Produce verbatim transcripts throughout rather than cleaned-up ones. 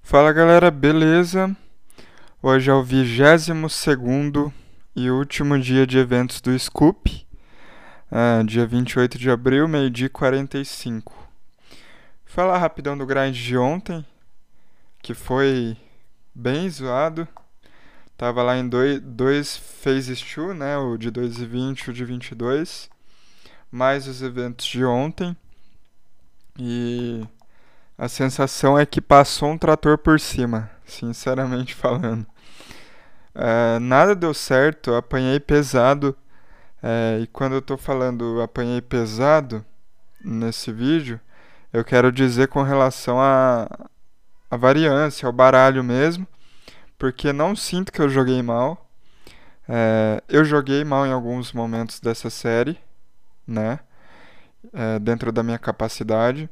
Fala galera, beleza? Hoje é o vigésimo segundo e último dia de eventos do Scoop, ah, dia vinte e oito de abril, meio-dia e quarenta e cinco. Falar rapidão do grind de ontem, que foi bem zoado. Tava lá em dois, dois Phases dois, né? O de dois e vinte e o de vinte e dois, mais os eventos de ontem. E a sensação é que passou um trator por cima, sinceramente falando. É, nada deu certo, eu apanhei pesado. É, e quando eu tô falando apanhei pesado nesse vídeo, eu quero dizer com relação à à variância, ao baralho mesmo, porque não sinto que eu joguei mal. É, eu joguei mal em alguns momentos dessa série, né? É, dentro da minha capacidade.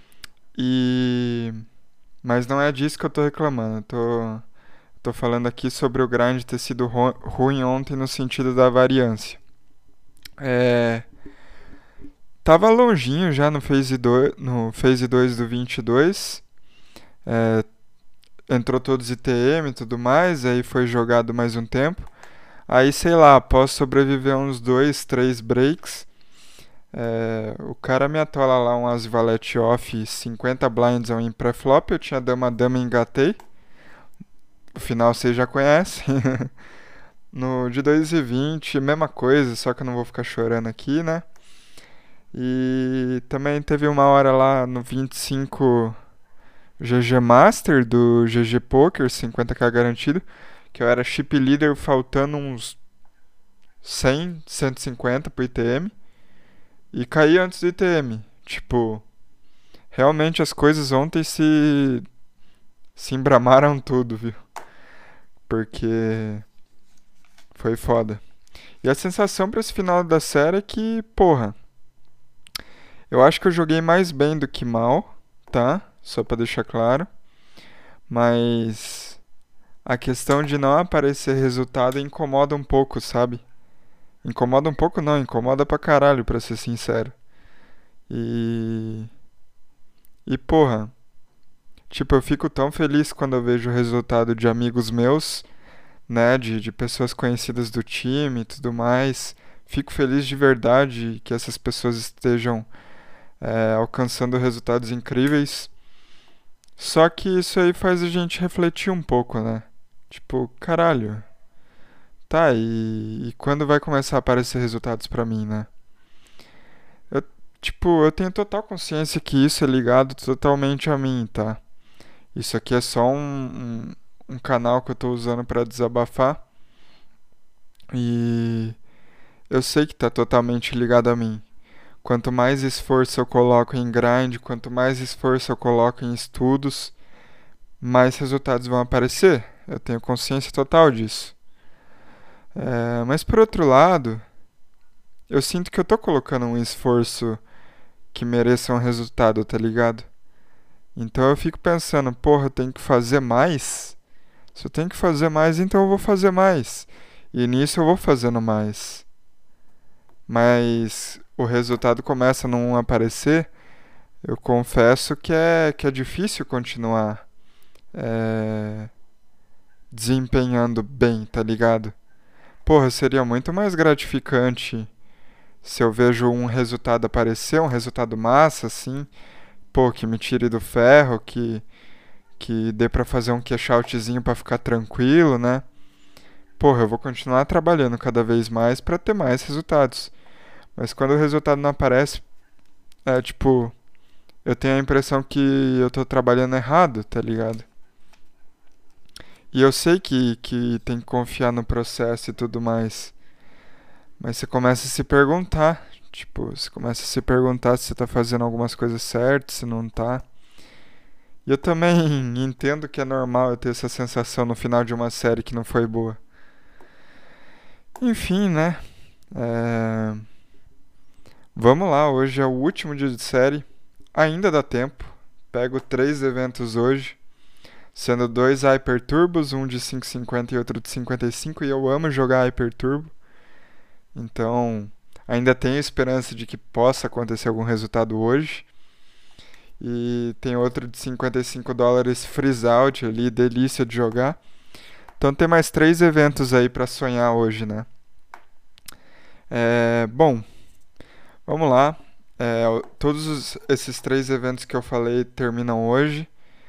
E mas não é disso que eu tô reclamando. Eu tô, tô falando aqui sobre o grind ter sido ru- ruim ontem no sentido da variância. É, tava longinho já no Phase dois, no Phase dois do vinte e dois. É, entrou todos I T M e tudo mais, aí foi jogado mais um tempo. Aí, sei lá, após sobreviver uns dois, três breaks, é, o cara me atola lá um As Valete Off, cinquenta blinds ao in pré-flop, eu tinha dama dama e engatei. O final vocês já conhecem. No de dois e vinte, mesma coisa, só que eu não vou ficar chorando aqui, né? E também teve uma hora lá no vinte e cinco G G Master do G G Poker, cinquenta k garantido, que eu era chip leader faltando uns cem, cento e cinquenta pro I T M e caí antes do I T M. Tipo, realmente as coisas ontem se se embramaram tudo, viu? Porque foi foda. E a sensação pra esse final da série é que, porra, eu acho que eu joguei mais bem do que mal, tá? Só pra deixar claro. Mas a questão de não aparecer resultado incomoda um pouco, sabe? Incomoda um pouco não, incomoda pra caralho, pra ser sincero. E. E porra, tipo, eu fico tão feliz quando eu vejo o resultado de amigos meus, né? De, de pessoas conhecidas do time e tudo mais. Fico feliz de verdade que essas pessoas estejam é, alcançando resultados incríveis. Só que isso aí faz a gente refletir um pouco, né? Tipo, caralho. Tá, e, e quando vai começar a aparecer resultados pra mim, né? Eu, tipo, eu tenho total consciência que isso é ligado totalmente a mim, tá? Isso aqui é só um, um, um canal que eu tô usando pra desabafar. E eu sei que tá totalmente ligado a mim. Quanto mais esforço eu coloco em grind, quanto mais esforço eu coloco em estudos, mais resultados vão aparecer. Eu tenho consciência total disso. É, mas por outro lado, eu sinto que eu tô colocando um esforço que mereça um resultado, tá ligado? Então eu fico pensando, porra, eu tenho que fazer mais? Se eu tenho que fazer mais, então eu vou fazer mais. E nisso eu vou fazendo mais. Mas o resultado começa a não aparecer. Eu confesso que é, que é difícil continuar é, desempenhando bem, tá ligado? Porra, seria muito mais gratificante se eu vejo um resultado aparecer, um resultado massa, assim, pô, que me tire do ferro, que, que dê pra fazer um cash outzinho pra ficar tranquilo, né? Porra, eu vou continuar trabalhando cada vez mais pra ter mais resultados. Mas quando o resultado não aparece, é tipo, eu tenho a impressão que eu tô trabalhando errado, tá ligado? E eu sei que, que tem que confiar no processo e tudo mais. Mas você começa a se perguntar. Tipo, você começa a se perguntar se você tá fazendo algumas coisas certas, se não tá. E eu também entendo que é normal eu ter essa sensação no final de uma série que não foi boa. Enfim, né? É... Vamos lá, hoje é o último dia de série. Ainda dá tempo. Pego três eventos hoje, sendo dois Hyper Turbos, um de quinhentos e cinquenta e outro de cinquenta e cinco, e eu amo jogar Hyper Turbo. Então, ainda tenho esperança de que possa acontecer algum resultado hoje. E tem outro de cinquenta e cinco dólares freeze out ali, delícia de jogar. Então tem mais três eventos aí pra sonhar hoje, né? É, bom, vamos lá. É, todos os- esses três eventos que eu falei terminam hoje.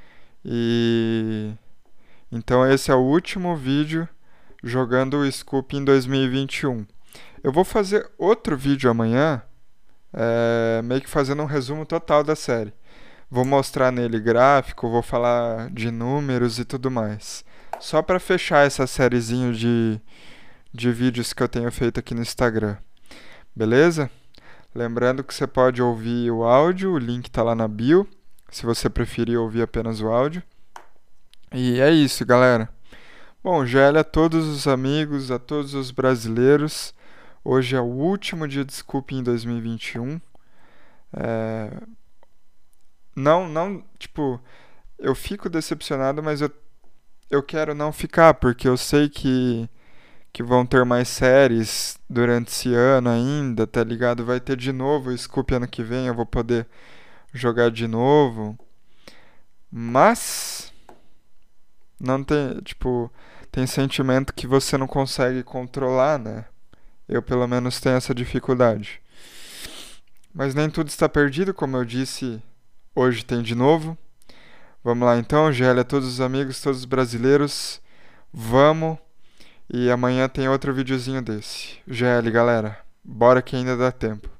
E então esse é o último vídeo jogando o Scoop em dois mil e vinte e um. Eu vou fazer outro vídeo amanhã, é, meio que fazendo um resumo total da série. Vou mostrar nele gráfico, vou falar de números e tudo mais. Só para fechar essa sériezinha de, de vídeos que eu tenho feito aqui no Instagram. Beleza? Lembrando que você pode ouvir o áudio, o link está lá na bio, se você preferir ouvir apenas o áudio. E é isso, galera. Bom, G L a todos os amigos, a todos os brasileiros. Hoje é o último dia de Scoop em dois mil e vinte e um. É... Não, não, tipo, eu fico decepcionado, mas eu, eu quero não ficar, porque eu sei que, que vão ter mais séries durante esse ano ainda, tá ligado? Vai ter de novo o Scoop ano que vem, eu vou poder jogar de novo. Mas não tem, tipo, tem sentimento que você não consegue controlar, né? Eu pelo menos tenho essa dificuldade. Mas nem tudo está perdido, como eu disse, hoje tem de novo. Vamos lá então, G L a todos os amigos, todos os brasileiros. Vamos. E amanhã tem outro videozinho desse. G L, galera. Bora que ainda dá tempo.